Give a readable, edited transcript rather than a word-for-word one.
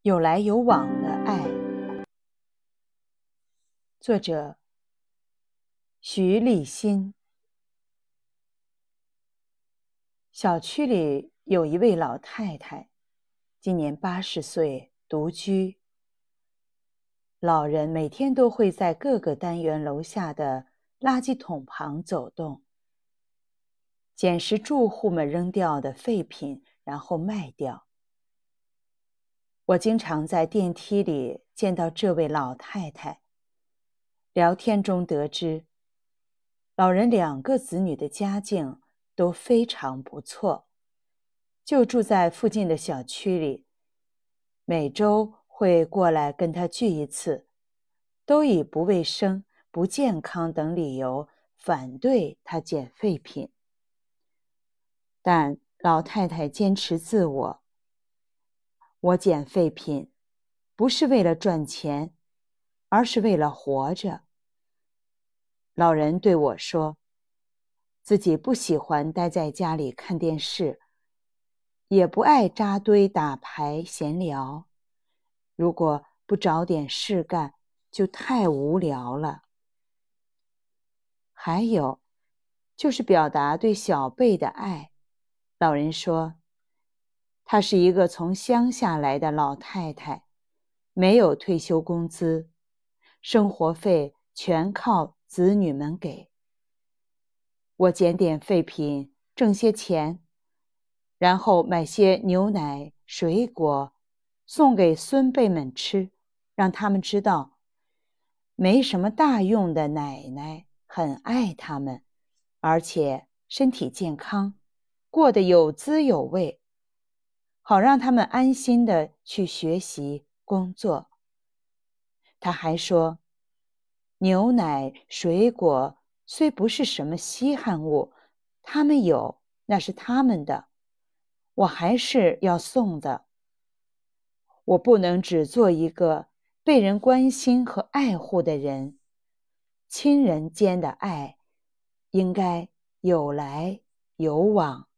有来有往的爱。作者徐立新。小区里有一位老太太，今年80岁，独居。老人每天都会在各个单元楼下的垃圾桶旁走动，捡拾住户们扔掉的废品，然后卖掉。我经常在电梯里见到这位老太太，聊天中得知，老人2个子女的家境都非常不错，就住在附近的小区里，每周会过来跟他聚一次，都以不卫生、不健康等理由反对他捡废品。但老太太坚持自我，我捡废品不是为了赚钱，而是为了活着。老人对我说，自己不喜欢待在家里看电视，也不爱扎堆打牌闲聊，如果不找点事干，就太无聊了。还有，就是表达对小辈的爱。老人说，她是一个从乡下来的老太太，没有退休工资，生活费全靠子女们给。我捡点废品，挣些钱，然后买些牛奶、水果，送给孙辈们吃，让他们知道，没什么大用的奶奶很爱他们，而且身体健康，过得有滋有味，好让他们安心地去学习、工作。他还说，牛奶、水果虽不是什么稀罕物，他们有，那是他们的，我还是要送的。我不能只做一个被人关心和爱护的人，亲人间的爱应该有来有往。